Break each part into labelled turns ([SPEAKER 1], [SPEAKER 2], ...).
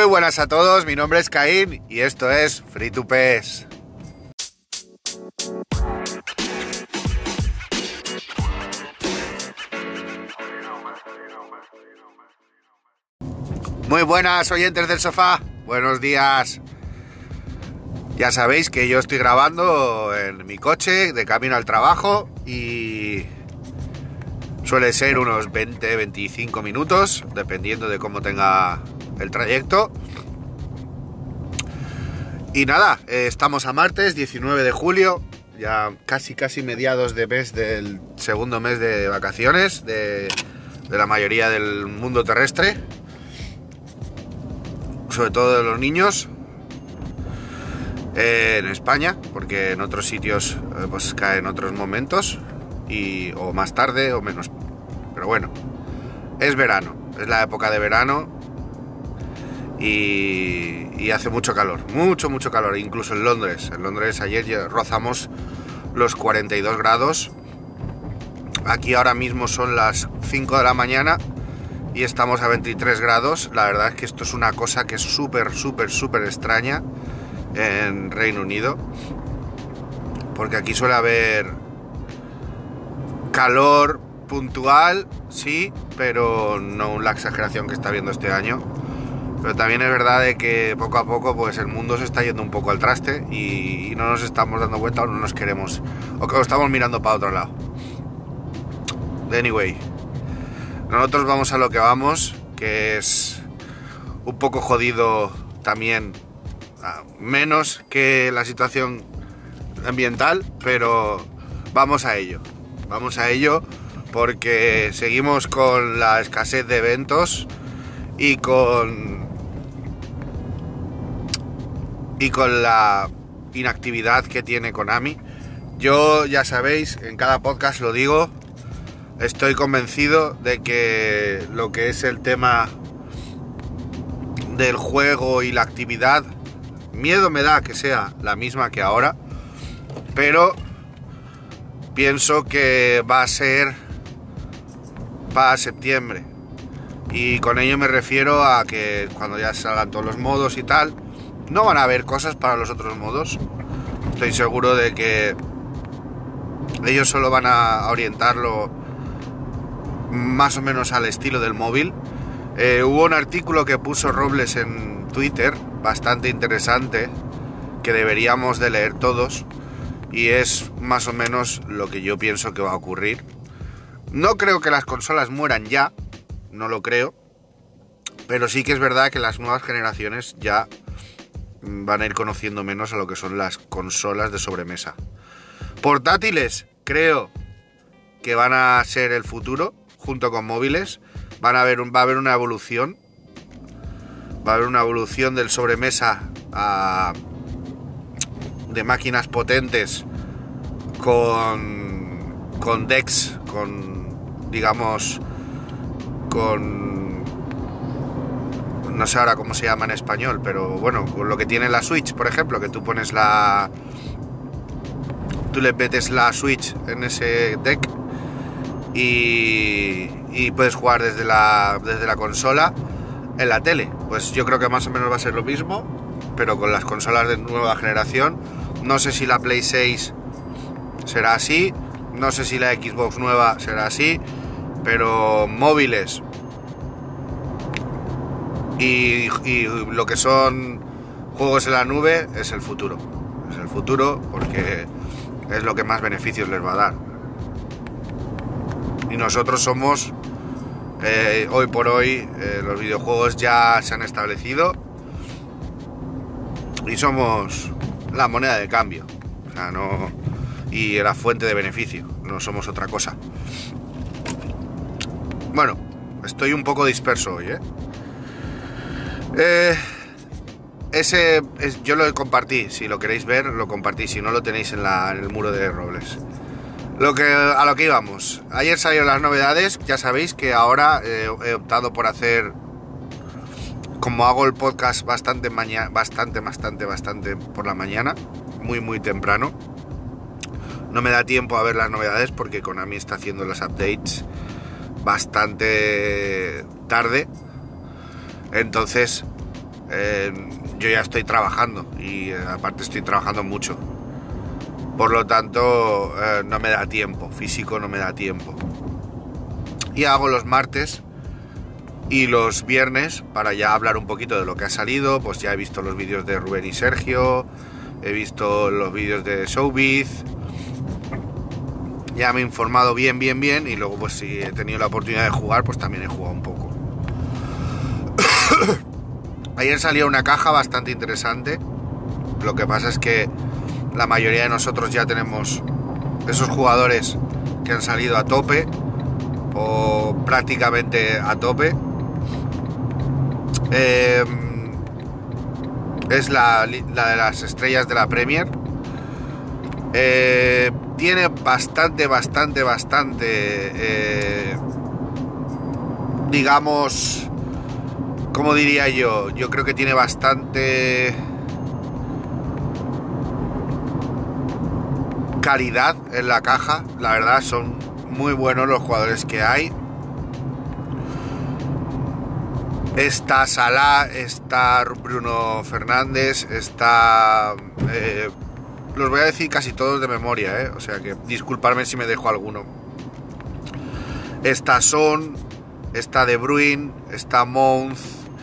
[SPEAKER 1] Muy buenas a todos, mi nombre es Caín y esto es Free2PES. Muy buenas oyentes del sofá, buenos días. Ya sabéis que yo estoy grabando en mi coche de camino al trabajo y suele ser unos 20-25 minutos, dependiendo de cómo tenga el trayecto. Y nada, estamos a martes 19 de julio, ya casi mediados de mes del segundo mes de vacaciones de la mayoría del mundo terrestre, sobre todo de los niños, en España, porque en otros sitios pues caen otros momentos, o más tarde o menos, pero bueno, es verano, es la época de verano y hace mucho calor, mucho calor, incluso en Londres. En Londres ayer ya rozamos los 42 grados, aquí ahora mismo son las 5 de la mañana y estamos a 23 grados. La verdad es que esto es una cosa que es súper extraña en Reino Unido, porque aquí suele haber calor puntual, sí, pero no la exageración que está habiendo este año. Pero también es verdad de que poco a poco pues el mundo se está yendo un poco al traste y no nos estamos dando cuenta o no nos queremos, o que estamos mirando para otro lado. Anyway, nosotros vamos a lo que vamos, que es un poco jodido también, menos que la situación ambiental, pero vamos a ello porque seguimos con la escasez de eventos y con la inactividad que tiene Konami. Yo, ya sabéis, en cada podcast lo digo, estoy convencido de que lo que es el tema del juego y la actividad, miedo me da que sea la misma que ahora, pero pienso que va a ser para septiembre, y con ello me refiero a que cuando ya salgan todos los modos y tal, no van a haber cosas para los otros modos. Estoy seguro de que ellos solo van a orientarlo más o menos al estilo del móvil. Hubo un artículo que puso Robles en Twitter, bastante interesante, que deberíamos de leer todos, y es más o menos lo que yo pienso que va a ocurrir. No creo que las consolas mueran ya, no lo creo, pero sí que es verdad que las nuevas generaciones ya van a ir conociendo menos a lo que son las consolas de sobremesa. Portátiles, creo que van a ser el futuro, junto con móviles. Va a haber una evolución. Va a haber una evolución del sobremesa de máquinas potentes con DeX, no sé ahora cómo se llama en español, pero bueno, con lo que tiene la Switch, por ejemplo, que tú le metes la Switch en ese deck y puedes jugar desde la consola en la tele. Pues yo creo que más o menos va a ser lo mismo, pero con las consolas de nueva generación. No sé si la Play 6 será así, no sé si la Xbox nueva será así, pero móviles y lo que son juegos en la nube es el futuro. Es el futuro porque es lo que más beneficios les va a dar. Y nosotros somos, hoy por hoy, los videojuegos ya se han establecido y somos la moneda de cambio, o sea, y la fuente de beneficio, no somos otra cosa. Bueno, estoy un poco disperso hoy, yo lo compartí, si lo queréis ver, lo compartí, si no lo tenéis en el muro de Robles. A lo que íbamos. Ayer salieron las novedades, ya sabéis que ahora he optado por hacer, como hago el podcast bastante por la mañana, muy temprano. No me da tiempo a ver las novedades porque Konami está haciendo los updates bastante tarde. Entonces yo ya estoy trabajando y aparte estoy trabajando mucho. Por lo tanto, no me da tiempo, físico no me da tiempo. Y hago los martes y los viernes para ya hablar un poquito de lo que ha salido. Pues ya he visto los vídeos de Rubén y Sergio, he visto los vídeos de Showbiz, ya me he informado bien, y luego pues si he tenido la oportunidad de jugar, pues también he jugado un poco. Ayer salió una caja bastante interesante. Lo que pasa es que la mayoría de nosotros ya tenemos esos jugadores que han salido a tope o prácticamente a tope. Es la de las estrellas de la Premier. Tiene bastante, digamos, ¿cómo diría yo? Yo creo que tiene bastante calidad en la caja. La verdad, son muy buenos los jugadores que hay. Está Salah, está Bruno Fernández, está... los voy a decir casi todos de memoria, o sea que disculparme si me dejo alguno. Está Son, está De Bruyne, está Mount,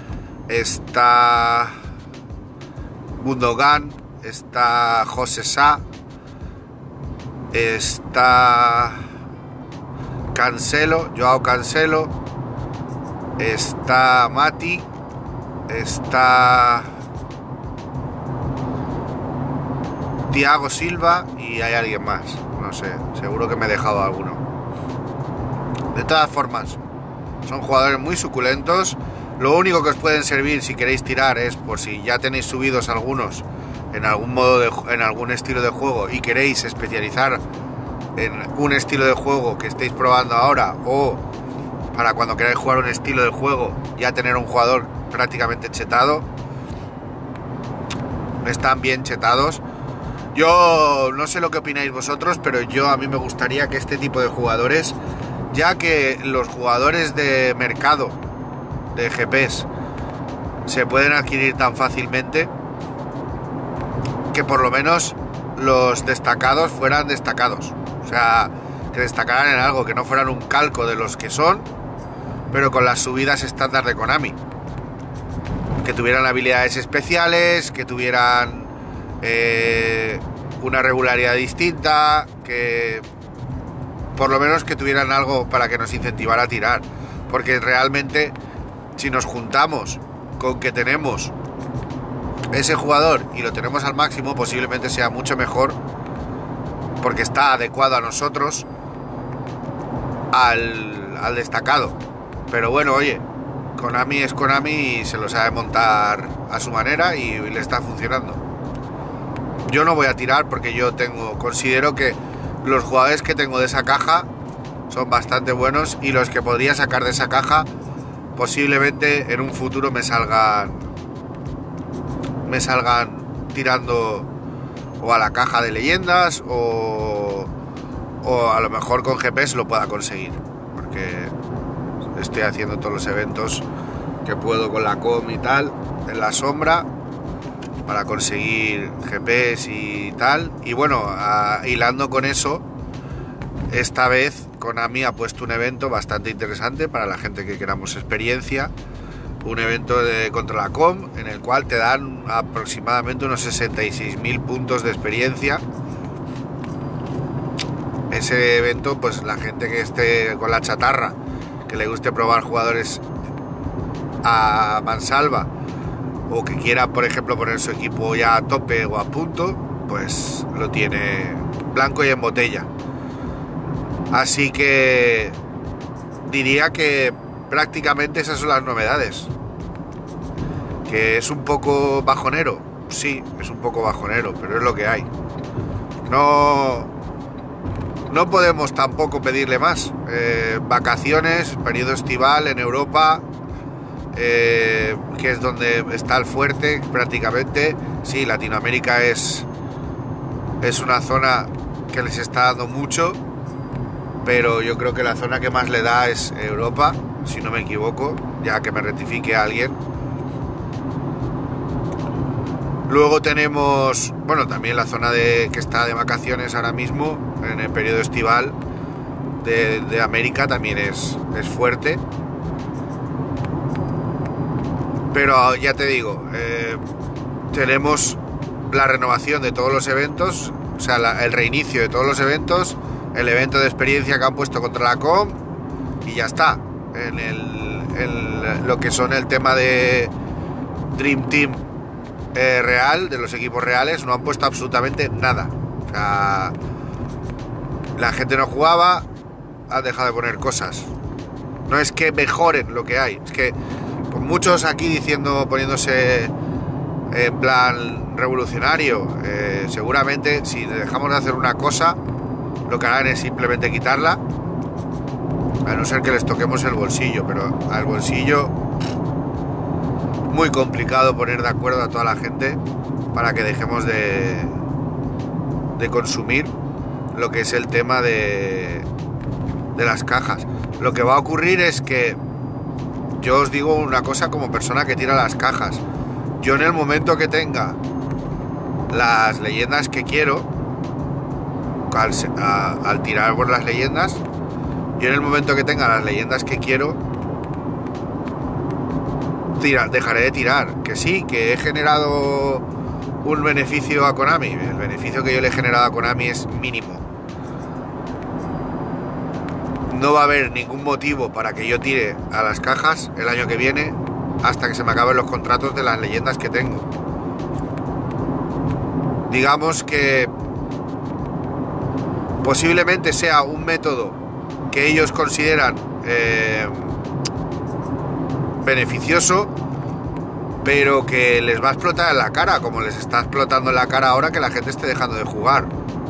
[SPEAKER 1] está Gundogan, está José Sá, está Cancelo, Joao Cancelo, está Mati, está Thiago Silva y hay alguien más, no sé, seguro que me he dejado alguno. De todas formas, son jugadores muy suculentos. Lo único que os pueden servir si queréis tirar es por si ya tenéis subidos algunos en algún en algún estilo de juego y queréis especializar en un estilo de juego que estéis probando ahora, o para cuando queráis jugar un estilo de juego ya tener un jugador prácticamente chetado. Están bien chetados. Yo no sé lo que opináis vosotros, pero a mí me gustaría que este tipo de jugadores, ya que los jugadores de mercado de GPs se pueden adquirir tan fácilmente, que por lo menos los destacados fueran destacados. O sea, que destacaran en algo, que no fueran un calco de los que son, pero con las subidas estándar de Konami. Que tuvieran habilidades especiales, que tuvieran una regularidad distinta, que por lo menos que tuvieran algo para que nos incentivara a tirar. Porque realmente, si nos juntamos con que tenemos ese jugador y lo tenemos al máximo, posiblemente sea mucho mejor, porque está adecuado a nosotros, al destacado. Pero bueno, oye, Konami es Konami y se lo sabe montar a su manera y le está funcionando. Yo no voy a tirar porque considero que los jugadores que tengo de esa caja son bastante buenos, y los que podría sacar de esa caja posiblemente en un futuro me salgan tirando o a la caja de leyendas o a lo mejor con GPS lo pueda conseguir, porque estoy haciendo todos los eventos que puedo con la com y tal en la sombra para conseguir GPS y tal. Y bueno, hilando con eso, esta vez Konami ha puesto un evento bastante interesante para la gente que queramos experiencia, un evento contra la com en el cual te dan aproximadamente unos 66.000 puntos de experiencia. Ese evento, pues la gente que esté con la chatarra, que le guste probar jugadores a mansalva, o que quiera, por ejemplo, poner su equipo ya a tope o a punto, pues lo tiene blanco y en botella. Así que diría que prácticamente esas son las novedades. Que es un poco bajonero, sí, es un poco bajonero, pero es lo que hay. No podemos tampoco pedirle más. Vacaciones, periodo estival en Europa, que es donde está el fuerte prácticamente. Sí, Latinoamérica es una zona que les está dando mucho, pero yo creo que la zona que más le da es Europa, si no me equivoco, ya que me rectifique alguien. Luego tenemos, bueno, también la zona que está de vacaciones ahora mismo, en el periodo estival de América, también es fuerte. Pero ya te digo, tenemos la renovación de todos los eventos, o sea, el reinicio de todos los eventos, el evento de experiencia que han puesto contra la Com, y ya está. En lo que son el tema de Dream Team real, de los equipos reales, no han puesto absolutamente nada. O sea, la gente no jugaba, han dejado de poner cosas. No es que mejoren lo que hay, es que con muchos aquí poniéndose en plan revolucionario, seguramente si dejamos de hacer una cosa, lo que harán es simplemente quitarla, a no ser que les toquemos el bolsillo, pero al bolsillo muy complicado poner de acuerdo a toda la gente para que dejemos de consumir lo que es el tema de las cajas. Lo que va a ocurrir es que yo os digo una cosa como persona que tira las cajas. Yo en el momento que tenga las leyendas que quiero, al tirar por las leyendas, yo en el momento que tenga las leyendas que quiero, dejaré de tirar. Que sí, que he generado un beneficio a Konami. El beneficio que yo le he generado a Konami es mínimo. No va a haber ningún motivo para que yo tire a las cajas el año que viene hasta que se me acaben los contratos de las leyendas que tengo. Digamos que posiblemente sea un método que ellos consideran beneficioso, pero que les va a explotar en la cara, como les está explotando en la cara ahora que la gente esté dejando de jugar.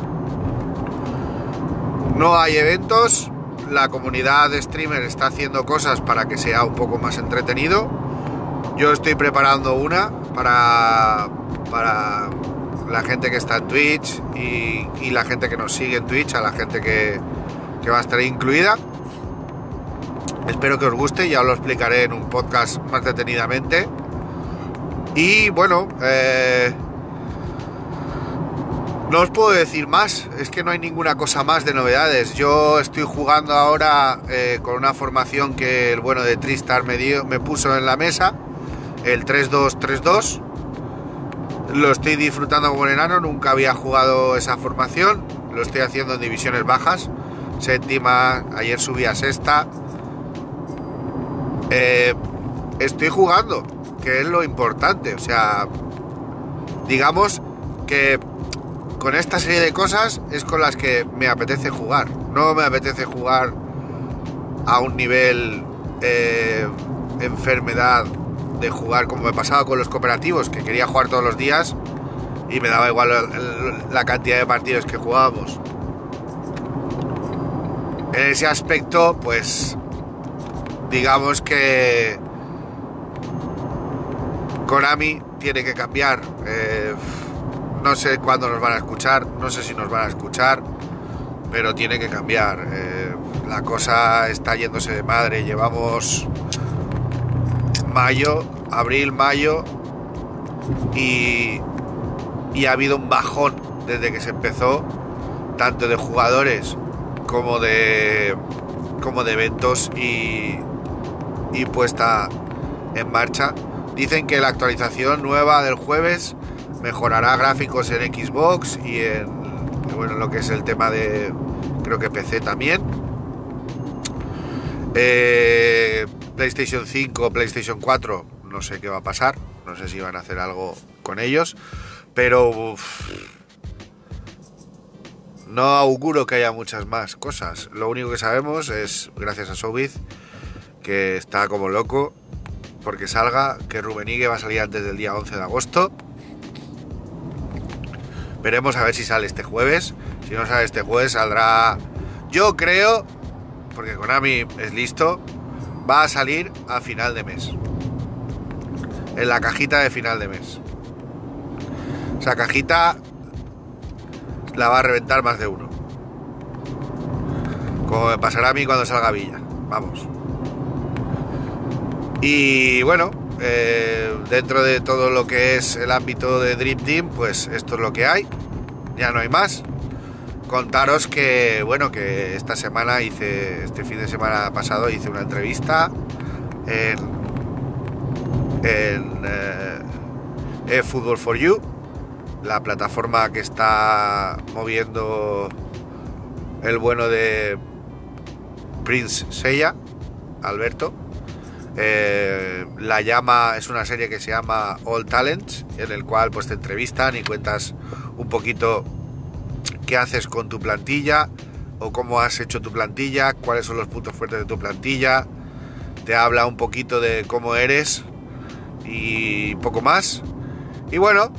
[SPEAKER 1] No hay eventos. La comunidad de streamer está haciendo cosas para que sea un poco más entretenido. Yo estoy preparando una para la gente que está en Twitch y la gente que nos sigue en Twitch, a la gente que va a estar incluida. Espero que os guste, ya os lo explicaré en un podcast más detenidamente. Y bueno, no os puedo decir más, es que no hay ninguna cosa más de novedades. Yo estoy jugando ahora con una formación que el bueno de Tristar me puso en la mesa, el 3-2-3-2. Lo estoy disfrutando como un enano, nunca había jugado esa formación, lo estoy haciendo en divisiones bajas, séptima, ayer subí a sexta. Estoy jugando, que es lo importante, o sea, digamos que con esta serie de cosas es con las que me apetece jugar. No me apetece jugar a un nivel enfermedad de jugar como me pasaba con los cooperativos, que quería jugar todos los días y me daba igual la cantidad de partidos que jugábamos. En ese aspecto, pues digamos que Konami tiene que cambiar. No sé cuándo nos van a escuchar, no sé si nos van a escuchar, pero tiene que cambiar. La cosa está yéndose de madre. Llevamos abril, mayo, y ha habido un bajón desde que se empezó, tanto de jugadores como de eventos y puesta en marcha. Dicen que la actualización nueva del jueves mejorará gráficos en Xbox y en lo que es el tema de, creo que PC también. PlayStation 5, PlayStation 4, no sé qué va a pasar, no sé si van a hacer algo con ellos, pero no auguro que haya muchas más cosas. Lo único que sabemos es, gracias a Sobiz, que está como loco porque salga, que Rummenigge va a salir antes del día 11 de agosto. Veremos a ver si sale este jueves. Si no sale este jueves, saldrá, yo creo, porque Konami es listo, va a salir a final de mes, en la cajita de final de mes. Esa cajita la va a reventar más de uno, como me pasará a mí cuando salga Villa, vamos. Y bueno, dentro de todo lo que es el ámbito de Dream Team, pues esto es lo que hay, ya no hay más. Contaros que, bueno, que este fin de semana pasado hice una entrevista en Football for You, la plataforma que está moviendo el bueno de Prince Seiya, Alberto. La llama, es una serie que se llama All Talents, en el cual pues te entrevistan y cuentas un poquito qué haces con tu plantilla o cómo has hecho tu plantilla, cuáles son los puntos fuertes de tu plantilla, te habla un poquito de cómo eres y poco más. Y bueno,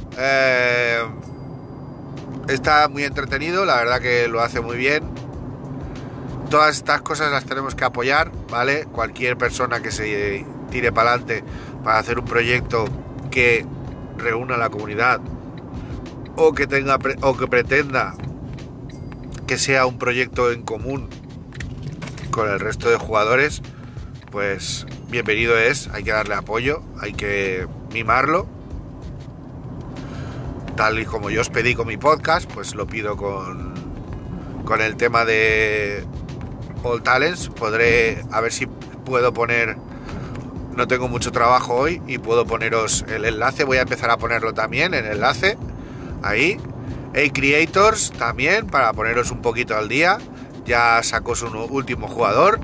[SPEAKER 1] está muy entretenido, la verdad que lo hace muy bien. Todas estas cosas las tenemos que apoyar, ¿vale? Cualquier persona que se tire para adelante para hacer un proyecto que reúna a la comunidad o que pretenda que sea un proyecto en común con el resto de jugadores, pues bienvenido es, hay que darle apoyo, hay que mimarlo. Tal y como yo os pedí con mi podcast, pues lo pido con el tema de All Talents. Podré, a ver si puedo poner, no tengo mucho trabajo hoy y puedo poneros el enlace, voy a empezar a ponerlo también, el enlace, ahí. A-Creators también, para poneros un poquito al día, ya sacó su último jugador.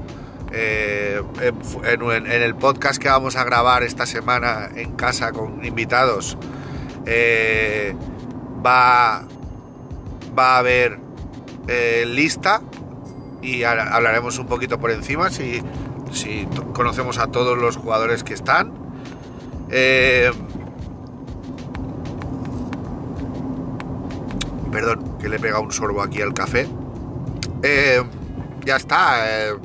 [SPEAKER 1] En el podcast que vamos a grabar esta semana en casa con invitados, va a haber lista y hablaremos un poquito por encima si conocemos a todos los jugadores que están. Perdón, que le he pegado un sorbo aquí al café. Ya está.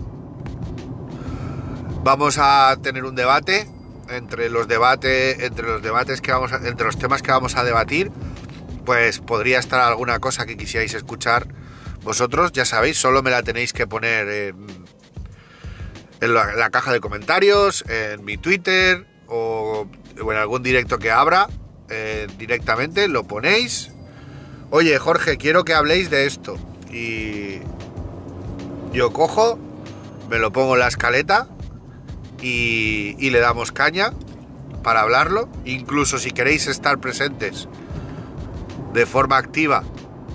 [SPEAKER 1] Vamos a tener un debate entre los temas que vamos a debatir. Pues podría estar alguna cosa que quisierais escuchar vosotros. Ya sabéis, solo me la tenéis que poner en la caja de comentarios, en mi Twitter o en algún directo que abra, directamente lo ponéis. Oye, Jorge, quiero que habléis de esto. Y yo cojo, me lo pongo en la escaleta y le damos caña para hablarlo. Incluso si queréis estar presentes de forma activa,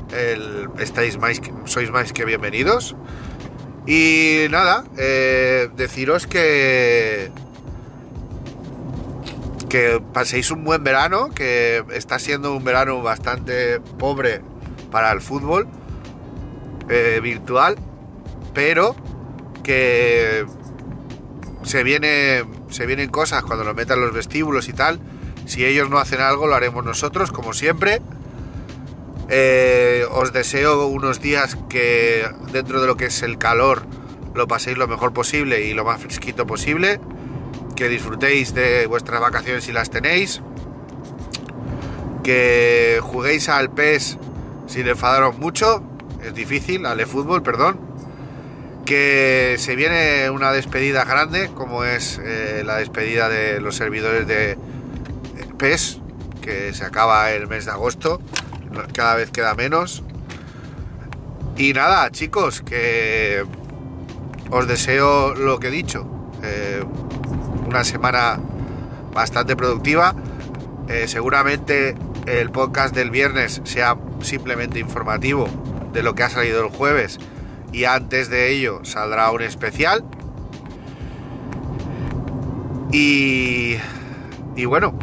[SPEAKER 1] sois más que bienvenidos. Y nada, deciros que paséis un buen verano, que está siendo un verano bastante pobre para el fútbol virtual, pero que se vienen cosas cuando lo metan los vestíbulos y tal. Si ellos no hacen algo, lo haremos nosotros, como siempre. Os deseo unos días que dentro de lo que es el calor lo paséis lo mejor posible y lo más fresquito posible, que disfrutéis de vuestras vacaciones si las tenéis, que juguéis al PES sin enfadaros mucho, es difícil, al eFootball, perdón, que se viene una despedida grande como es la despedida de los servidores de PES, que se acaba el mes de agosto, cada vez queda menos. Y nada, chicos, que os deseo lo que he dicho, una semana bastante productiva. Seguramente el podcast del viernes sea simplemente informativo de lo que ha salido el jueves y antes de ello saldrá un especial. Y bueno,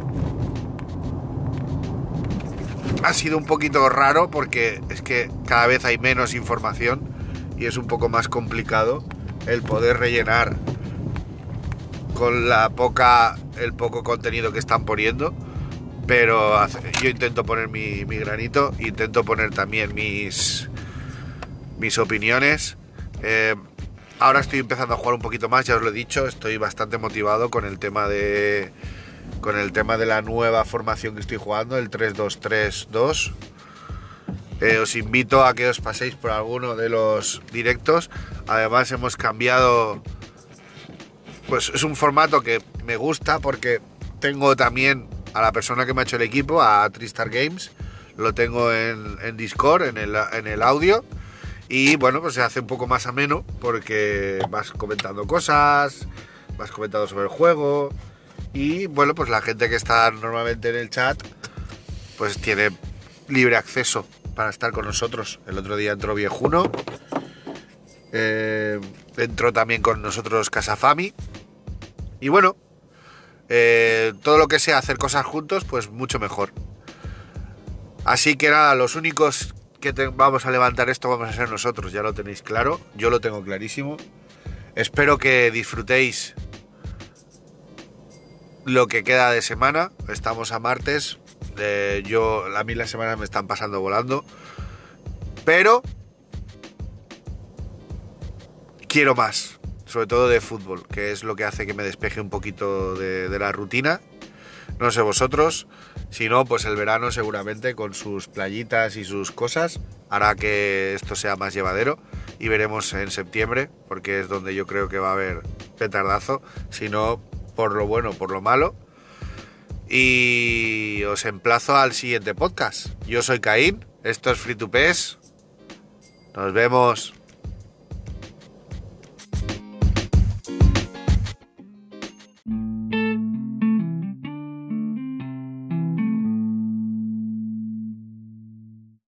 [SPEAKER 1] ha sido un poquito raro porque es que cada vez hay menos información y es un poco más complicado el poder rellenar con el poco contenido que están poniendo, pero yo intento poner mi granito, intento poner también mis opiniones. Ahora estoy empezando a jugar un poquito más, ya os lo he dicho, estoy bastante motivado con el tema de la nueva formación que estoy jugando, el 3-2-3-2. Os invito a que os paséis por alguno de los directos. Además hemos cambiado, pues es un formato que me gusta porque tengo también a la persona que me ha hecho el equipo, a Tristar Games, lo tengo en Discord, en el audio, y bueno, pues se hace un poco más ameno porque vas comentando cosas, vas comentando sobre el juego, y bueno, pues la gente que está normalmente en el chat pues tiene libre acceso para estar con nosotros. El otro día entró Viejuno, entró también con nosotros Casafami, y bueno, todo lo que sea hacer cosas juntos, pues mucho mejor. Así que nada, los únicos que vamos a levantar esto vamos a ser nosotros, ya lo tenéis claro, yo lo tengo clarísimo. Espero que disfrutéis lo que queda de semana. Estamos a martes, a mí las semanas me están pasando volando, pero quiero más, sobre todo de fútbol, que es lo que hace que me despeje un poquito de la rutina. No sé vosotros, si no, pues el verano seguramente con sus playitas y sus cosas hará que esto sea más llevadero, y veremos en septiembre, porque es donde yo creo que va a haber petardazo, si no por lo bueno, por lo malo. Y os emplazo al siguiente podcast. Yo soy Caín, esto es Free2Pes, nos vemos.